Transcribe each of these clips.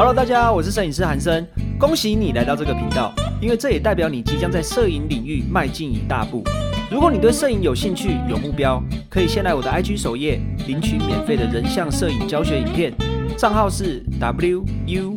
Hello， 大家好，我是摄影师韩森，恭喜你来到这个频道，因为这也代表你即将在摄影领域迈进一大步。如果你对摄影有兴趣、有目标，可以先来我的 IG 首页领取免费的人像摄影教学影片，账号是 WUPAUNG。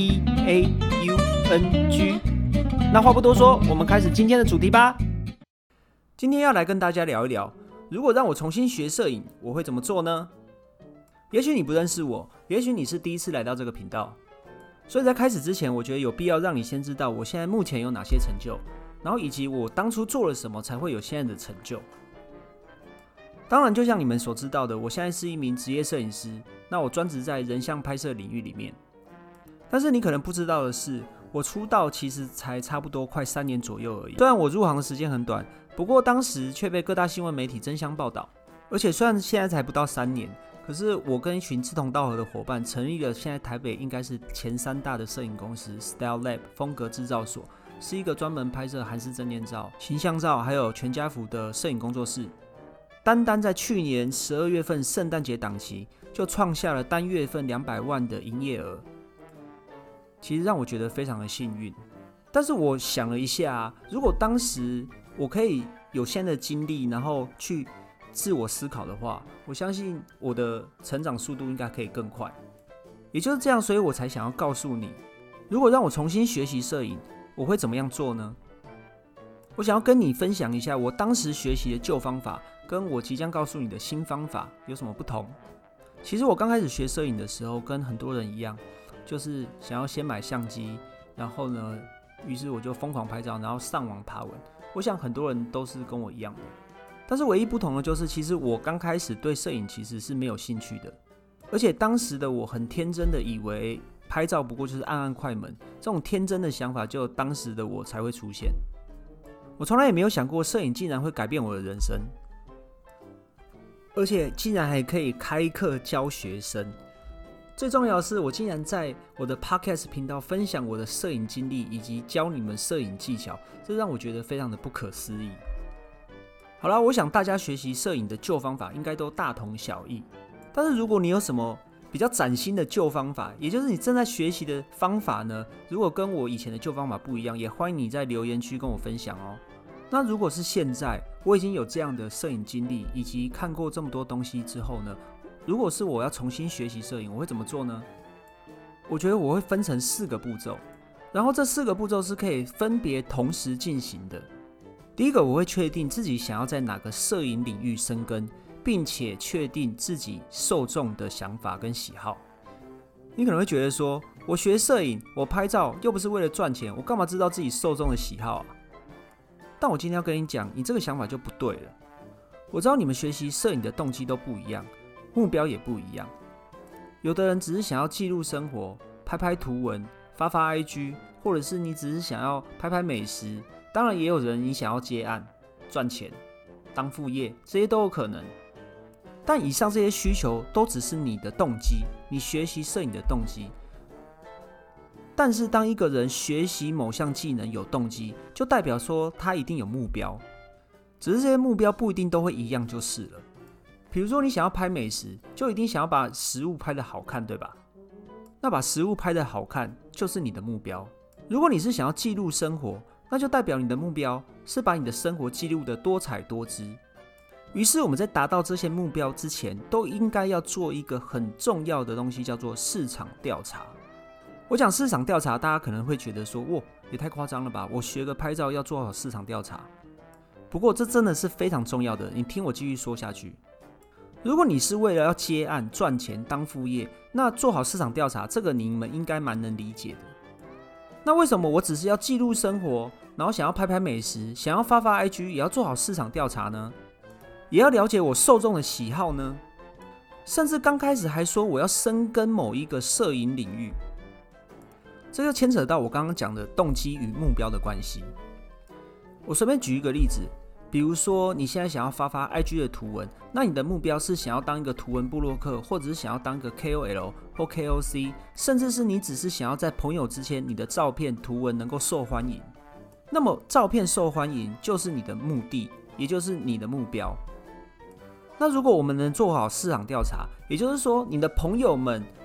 那话不多说，我们开始今天的主题吧。今天要来跟大家聊一聊，如果让我重新学摄影，我会怎么做呢？也许你不认识我，也许你是第一次来到这个频道，所以在开始之前，我觉得有必要让你先知道我现在目前有哪些成就，然后以及我当初做了什么才会有现在的成就。当然，就像你们所知道的，我现在是一名职业摄影师，那我专职在人像拍摄领域里面。但是你可能不知道的是，我出道其实才差不多快3年左右而已。虽然我入行的时间很短，不过当时却被各大新闻媒体争相报道。而且虽然现在才不到3年，可是我跟一群志同道合的伙伴成立了现在台北应该是前3大的摄影公司 Style Lab 风格制造所，是一个专门拍摄韩式证件照、形象照还有全家福的摄影工作室。单单在去年12月份圣诞节档期就创下了单月份200万的营业额，其实让我觉得非常的幸运。但是我想了一下，如果当时我可以有现在的经历，然后去自我思考的话，我相信我的成长速度应该可以更快。也就是这样，所以我才想要告诉你，如果让我重新学习摄影，我会怎么样做呢？我想要跟你分享一下我当时学习的旧方法，跟我即将告诉你的新方法有什么不同。其实我刚开始学摄影的时候，跟很多人一样，就是想要先买相机，然后呢，于是我就疯狂拍照，然后上网爬文。我想很多人都是跟我一样的。但是唯一不同的就是，其实我刚开始对摄影其实是没有兴趣的，而且当时的我很天真的以为拍照不过就是按快门，这种天真的想法就当时的我才会出现。我从来也没有想过摄影竟然会改变我的人生，而且竟然还可以开课教学生。最重要的是，我竟然在我的 Podcast 频道分享我的摄影经历，以及教你们摄影技巧，这让我觉得非常的不可思议。好啦，我想大家学习摄影的旧方法应该都大同小异，但是如果你有什么比较崭新的旧方法，也就是你正在学习的方法呢，如果跟我以前的旧方法不一样，也欢迎你在留言区跟我分享哦。那如果是现在我已经有这样的摄影经历，以及看过这么多东西之后呢，如果是我要重新学习摄影，我会怎么做呢？我觉得我会分成4个步骤，然后这4个步骤是可以分别同时进行的。第一个，我会确定自己想要在哪个摄影领域深耕，并且确定自己受众的想法跟喜好。你可能会觉得说，我学摄影，我拍照又不是为了赚钱，我干嘛知道自己受众的喜好啊？但我今天要跟你讲，你这个想法就不对了。我知道你们学习摄影的动机都不一样，目标也不一样。有的人只是想要记录生活，拍拍图文，发发 IG， 或者是你只是想要拍拍美食。当然也有人你想要接案赚钱当副业，这些都有可能。但以上这些需求都只是你的动机，你学习摄影的动机。但是当一个人学习某项技能有动机，就代表说他一定有目标，只是这些目标不一定都会一样就是了。比如说你想要拍美食，就一定想要把食物拍得好看，对吧？那把食物拍得好看就是你的目标。如果你是想要记录生活，那就代表你的目标是把你的生活记录得多彩多姿。于是我们在达到这些目标之前，都应该要做一个很重要的东西，叫做市场调查。我讲市场调查，大家可能会觉得说，哇，也太夸张了吧，我学个拍照要做好市场调查。不过这真的是非常重要的，你听我继续说下去。如果你是为了要接案赚钱当副业，那做好市场调查，这个你们应该蛮能理解的。那为什么我只是要记录生活，然后想要拍拍美食，想要发发 IG， 也要做好市场调查呢？也要了解我受众的喜好呢？甚至刚开始还说我要深耕某一个摄影领域，这就牵扯到我刚刚讲的动机与目标的关系。我随便举一个例子，比如说你现在想要发发 IG 的图文，那你的目标是想要当一个图文部落客，或者是想要当一个 KOL 或 KOC， 甚至是你只是想要在朋友之间你的照片图文能够受欢迎。那么照片受欢迎就是你的目的，也就是你的目标。那如果我们能做好市场调查，也就是说你的朋友们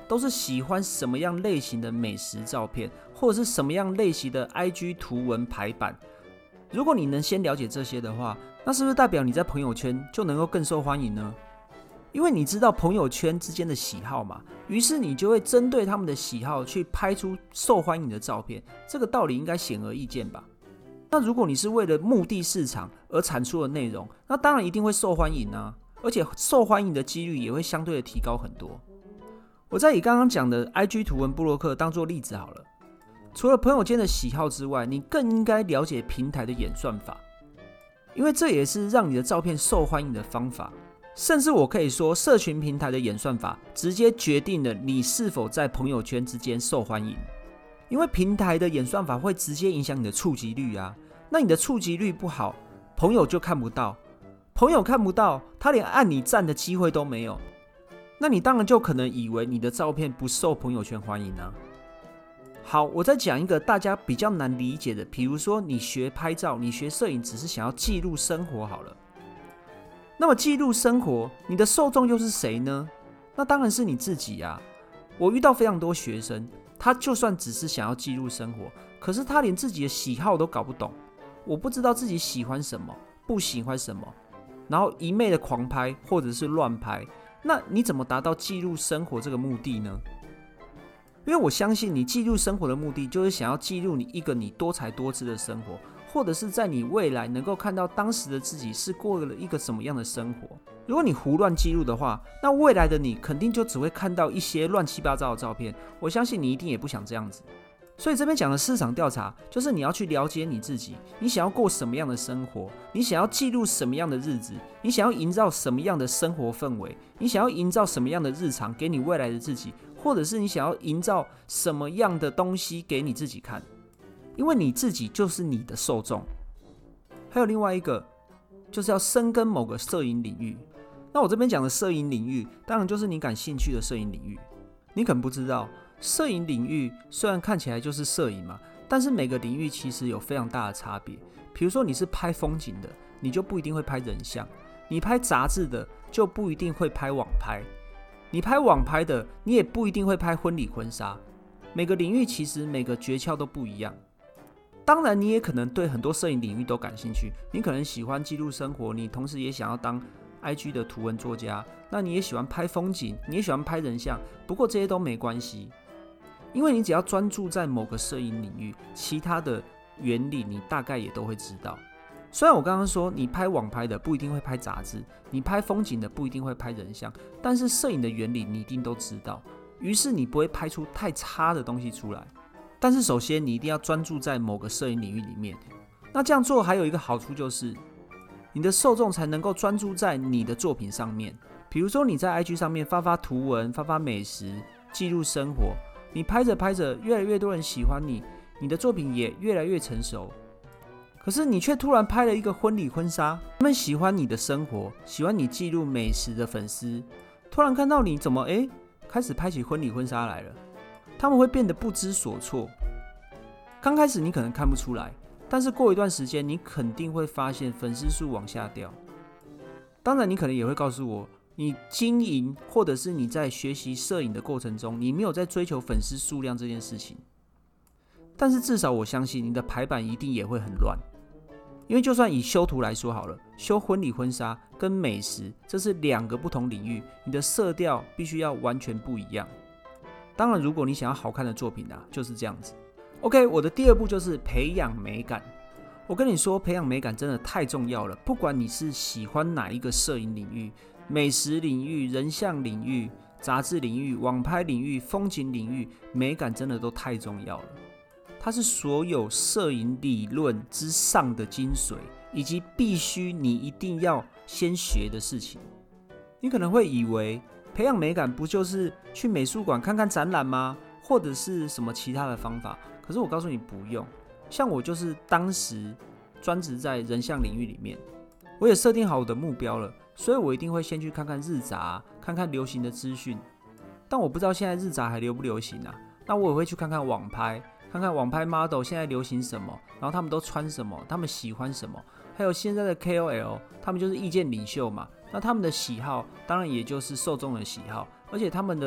都是喜欢什么样类型的美食照片，或者是什么样类型的 IG 图文排版。如果你能先了解这些的话，那是不是代表你在朋友圈就能够更受欢迎呢？因为你知道朋友圈之间的喜好嘛，于是你就会针对他们的喜好去拍出受欢迎的照片，这个道理应该显而易见吧。那如果你是为了目的市场而产出的内容，那当然一定会受欢迎啊，而且受欢迎的几率也会相对的提高很多。我再以刚刚讲的 IG 图文部落客当作例子好了，除了朋友间的喜好之外，你更应该了解平台的演算法，因为这也是让你的照片受欢迎的方法。甚至我可以说，社群平台的演算法直接决定了你是否在朋友圈之间受欢迎，因为平台的演算法会直接影响你的触及率啊。那你的触及率不好，朋友就看不到，朋友看不到，他连按你赞的机会都没有，那你当然就可能以为你的照片不受朋友圈欢迎啊。好，我再讲一个大家比较难理解的，比如说你学拍照，你学摄影只是想要记录生活好了。那么记录生活，你的受众又是谁呢？那当然是你自己啊。我遇到非常多学生，他就算只是想要记录生活，可是他连自己的喜好都搞不懂，我不知道自己喜欢什么，不喜欢什么，然后一昧的狂拍或者是乱拍，那你怎么达到记录生活这个目的呢？因为我相信你记录生活的目的就是想要记录你多彩多姿的生活，或者是在你未来能够看到当时的自己是过了一个什么样的生活。如果你胡乱记录的话，那未来的你肯定就只会看到一些乱七八糟的照片，我相信你一定也不想这样子。所以这边讲的市场调查，就是你要去了解你自己，你想要过什么样的生活，你想要记录什么样的日子，你想要营造什么样的生活氛围，你想要营造什么样的日常给你未来的自己，或者是你想要营造什么样的东西给你自己看，因为你自己就是你的受众。还有另外一个，就是要深耕某个摄影领域。那我这边讲的摄影领域，当然就是你感兴趣的摄影领域。你可能不知道，摄影领域虽然看起来就是摄影嘛，但是每个领域其实有非常大的差别。比如说你是拍风景的，你就不一定会拍人像；你拍杂志的，就不一定会拍网拍；你拍网拍的，你也不一定会拍婚礼婚纱。每个领域其实每个诀窍都不一样。当然，你也可能对很多摄影领域都感兴趣，你可能喜欢记录生活，你同时也想要当 IG 的图文作家，那你也喜欢拍风景，你也喜欢拍人像，不过这些都没关系，因为你只要专注在某个摄影领域，其他的原理你大概也都会知道。虽然我刚刚说你拍网拍的不一定会拍杂志，你拍风景的不一定会拍人像，但是摄影的原理你一定都知道，于是你不会拍出太差的东西出来。但是首先你一定要专注在某个摄影领域里面，那这样做还有一个好处就是，你的受众才能够专注在你的作品上面。比如说你在 IG 上面发图文，发美食，记录生活，你拍着拍着，越来越多人喜欢你，你的作品也越来越成熟。可是你却突然拍了一个婚礼婚纱，他们喜欢你的生活，喜欢你记录美食的粉丝，突然看到你怎么开始拍起婚礼婚纱来了，他们会变得不知所措。刚开始你可能看不出来，但是过一段时间，你肯定会发现粉丝数往下掉。当然，你可能也会告诉我，你经营或者是你在学习摄影的过程中，你没有在追求粉丝数量这件事情。但是至少我相信你的排版一定也会很乱，因为就算以修图来说好了，修婚礼婚纱跟美食，这是两个不同领域，你的色调必须要完全不一样。当然，如果你想要好看的作品就是这样子。OK， 我的第二步就是培养美感。我跟你说，培养美感真的太重要了。不管你是喜欢哪一个摄影领域、美食领域、人像领域、杂志领域、网拍领域、风景领域，美感真的都太重要了。它是所有摄影理论之上的精髓，以及必须你一定要先学的事情。你可能会以为培养美感不就是去美术馆看看展览吗？或者是什么其他的方法？可是我告诉你不用。像我就是当时专职在人像领域里面，我也设定好我的目标了，所以我一定会先去看看日杂，看看流行的资讯。但我不知道现在日杂还流不流行啊？那我也会去看看网拍，看看网拍 model 现在流行什么，然后他们都穿什么，他们喜欢什么。还有现在的 KOL， 他们就是意见领袖嘛，那他们的喜好当然也就是受众的喜好，而且他们的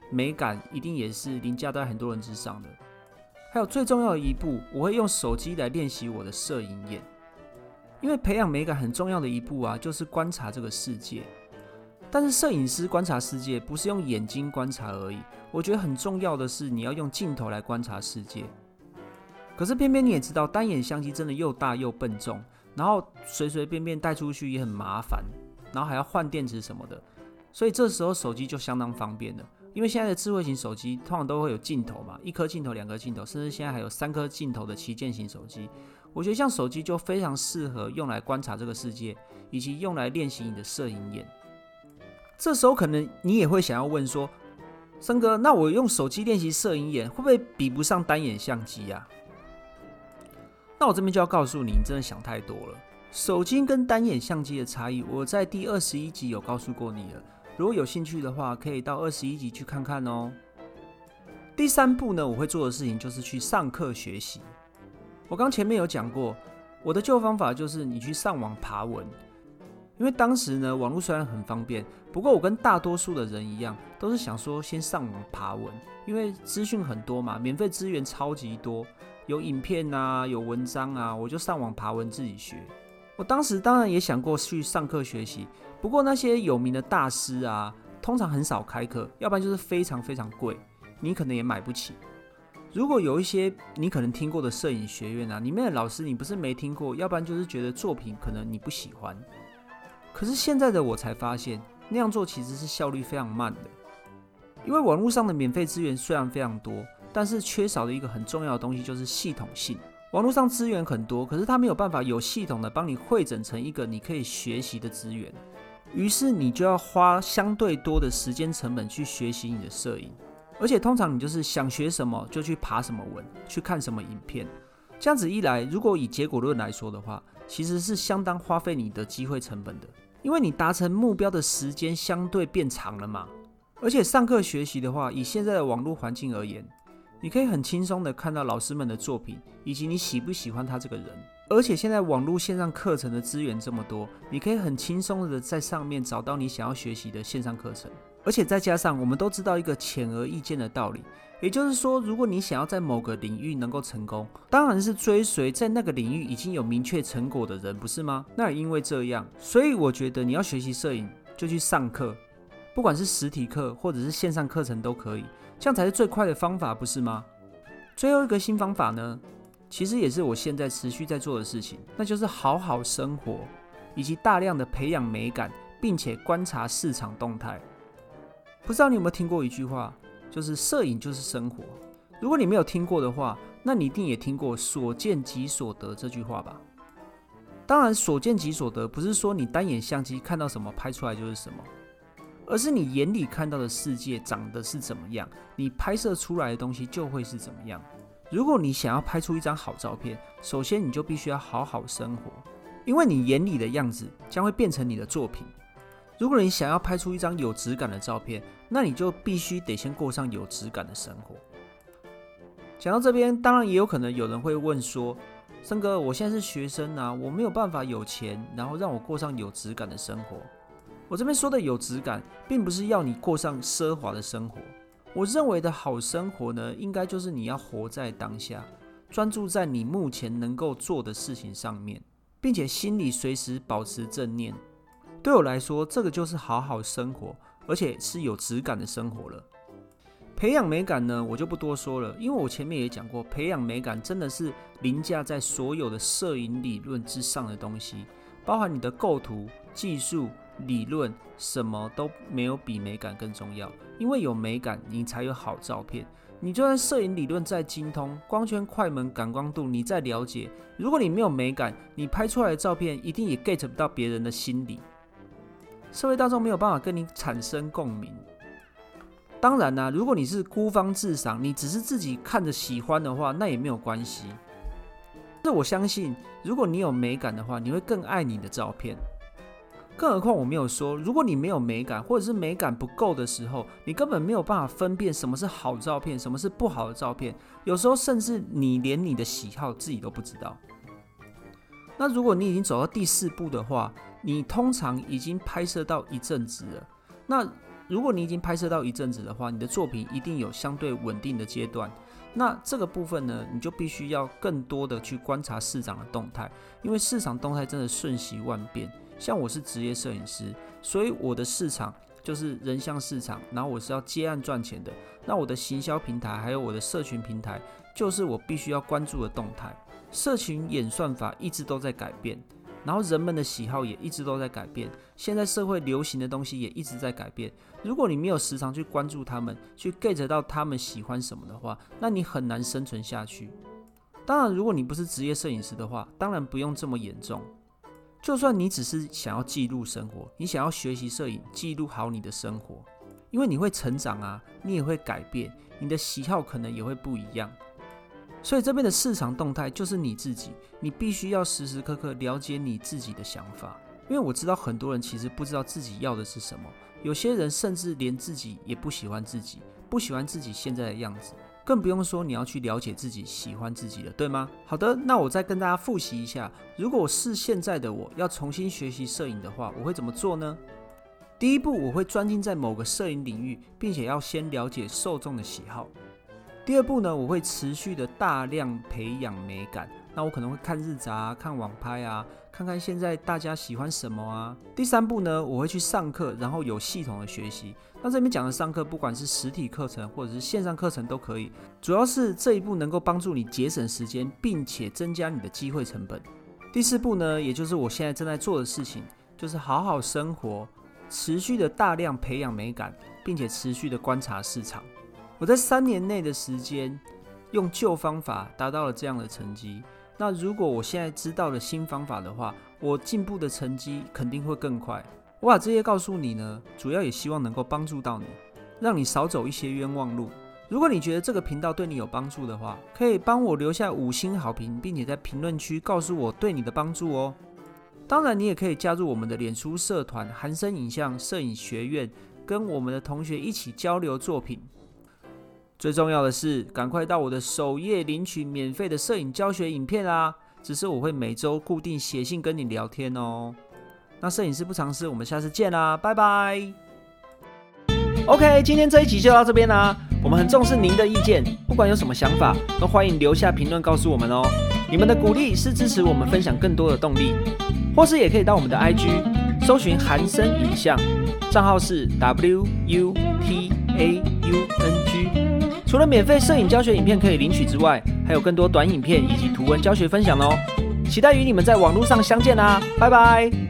美感一定也是凌驾在很多人之上的。还有最重要的一步，我会用手机来练习我的摄影眼，因为培养美感很重要的一步啊，就是观察这个世界。但是摄影师观察世界不是用眼睛观察而已，我觉得很重要的是你要用镜头来观察世界。可是偏偏你也知道，单眼相机真的又大又笨重，然后随随便便带出去也很麻烦，然后还要换电池什么的，所以这时候手机就相当方便了。因为现在的智慧型手机通常都会有镜头嘛，一颗镜头、两颗镜头，甚至现在还有3颗镜头的旗舰型手机。我觉得像手机就非常适合用来观察这个世界，以及用来练习你的摄影眼。这时候可能你也会想要问说，森哥，那我用手机练习摄影眼会不会比不上单眼相机啊？那我这边就要告诉你，你真的想太多了。手机跟单眼相机的差异，我在第21集有告诉过你了。如果有兴趣的话，可以到21集去看看哦。第3步呢，我会做的事情就是去上课学习。我刚前面有讲过，我的旧方法就是你去上网爬文，因为当时呢，网络虽然很方便，不过我跟大多数的人一样，都是想说先上网爬文，因为资讯很多嘛，免费资源超级多，有影片啊，有文章啊，我就上网爬文自己学。我当时当然也想过去上课学习，不过那些有名的大师啊，通常很少开课，要不然就是非常非常贵，你可能也买不起。如果有一些你可能听过的摄影学院啊，里面的老师你不是没听过，要不然就是觉得作品可能你不喜欢。可是现在的我才发现，那样做其实是效率非常慢的，因为网络上的免费资源虽然非常多，但是缺少的一个很重要的东西就是系统性。网络上资源很多，可是它没有办法有系统的帮你汇整成一个你可以学习的资源，于是你就要花相对多的时间成本去学习你的摄影，而且通常你就是想学什么就去爬什么文，去看什么影片。这样子一来，如果以结果论来说的话，其实是相当花费你的机会成本的，因为你达成目标的时间相对变长了嘛。而且上课学习的话，以现在的网络环境而言，你可以很轻松的看到老师们的作品，以及你喜不喜欢他这个人。而且现在网络线上课程的资源这么多，你可以很轻松的在上面找到你想要学习的线上课程。而且再加上我们都知道一个显而易见的道理，也就是说，如果你想要在某个领域能够成功，当然是追随在那个领域已经有明确成果的人，不是吗？那也因为这样，所以我觉得你要学习摄影就去上课，不管是实体课或者是线上课程都可以，这样才是最快的方法，不是吗？最后一个新方法呢，其实也是我现在持续在做的事情，那就是好好生活，以及大量的培养美感，并且观察市场动态。不知道你有没有听过一句话，就是摄影就是生活。如果你没有听过的话，那你一定也听过所见即所得这句话吧。当然所见即所得不是说你单眼相机看到什么拍出来就是什么，而是你眼里看到的世界长得是怎么样，你拍摄出来的东西就会是怎么样。如果你想要拍出一张好照片，首先你就必须要好好生活，因为你眼里的样子将会变成你的作品。如果你想要拍出一张有质感的照片，那你就必须得先过上有质感的生活。讲到这边，当然也有可能有人会问说，森哥，我现在是学生啊，我没有办法有钱，然后让我过上有质感的生活。我这边说的有质感，并不是要你过上奢华的生活。我认为的好生活呢，应该就是你要活在当下，专注在你目前能够做的事情上面，并且心里随时保持正念。对我来说，这个就是好好生活，而且是有质感的生活了。培养美感呢，我就不多说了，因为我前面也讲过，培养美感真的是凌驾在所有的摄影理论之上的东西，包含你的构图、技术、理论，什么都没有比美感更重要。因为有美感，你才有好照片。你就算摄影理论再精通，光圈、快门、感光度你再了解，如果你没有美感，你拍出来的照片一定也 get 不到别人的心理。社会大众没有办法跟你产生共鸣。当然啦，如果你是孤芳自赏，你只是自己看着喜欢的话，那也没有关系。但是我相信，如果你有美感的话，你会更爱你的照片。更何况我没有说，如果你没有美感，或者是美感不够的时候，你根本没有办法分辨什么是好照片，什么是不好的照片。有时候甚至你连你的喜好自己都不知道。那如果你已经走到第4步的话，你通常已经拍摄到一阵子了，那如果你已经拍摄到一阵子的话，你的作品一定有相对稳定的阶段。那这个部分呢，你就必须要更多的去观察市场的动态，因为市场动态真的瞬息万变。像我是职业摄影师，所以我的市场就是人像市场，然后我是要接案赚钱的。那我的行销平台还有我的社群平台，就是我必须要关注的动态。社群演算法一直都在改变，然后人们的喜好也一直都在改变，现在社会流行的东西也一直在改变。如果你没有时常去关注他们，去 get 到他们喜欢什么的话，那你很难生存下去。当然，如果你不是职业摄影师的话，当然不用这么严重。就算你只是想要记录生活，你想要学习摄影，记录好你的生活，因为你会成长啊，你也会改变，你的喜好可能也会不一样。所以这边的市场动态就是你自己，你必须要时时刻刻了解你自己的想法。因为我知道很多人其实不知道自己要的是什么，有些人甚至连自己也不喜欢自己，不喜欢自己现在的样子，更不用说你要去了解自己，喜欢自己了，对吗？好的，那我再跟大家复习一下，如果是现在的我要重新学习摄影的话，我会怎么做呢？第一步，我会专精在某个摄影领域，并且要先了解受众的喜好。第二步呢，我会持续的大量培养美感。那我可能会看日杂啊，看网拍啊，看看现在大家喜欢什么啊。第三步呢，我会去上课，然后有系统的学习。那这边讲的上课，不管是实体课程或者是线上课程都可以，主要是这一步能够帮助你节省时间，并且增加你的机会成本。第四步呢，也就是我现在正在做的事情，就是好好生活，持续的大量培养美感，并且持续的观察市场。我在3年内的时间，用旧方法达到了这样的成绩。那如果我现在知道了新方法的话，我进步的成绩肯定会更快。我把这些告诉你呢，主要也希望能够帮助到你，让你少走一些冤枉路。如果你觉得这个频道对你有帮助的话，可以帮我留下5星好评，并且在评论区告诉我对你的帮助哦。当然，你也可以加入我们的脸书社团韩生影像摄影学院，跟我们的同学一起交流作品。最重要的是，赶快到我的首页领取免费的摄影教学影片啦！只是我会每周固定写信跟你聊天哦。那摄影师不藏私，我们下次见啦，拜拜。OK， 今天这一集就到这边啦。我们很重视您的意见，不管有什么想法，都欢迎留下评论告诉我们哦。你们的鼓励是支持我们分享更多的动力，或是也可以到我们的 IG 搜寻韩生影像，账号是 WUTAUNG。除了免费摄影教学影片可以领取之外，还有更多短影片以及图文教学分享哦。期待与你们在网络上相见啦，拜拜。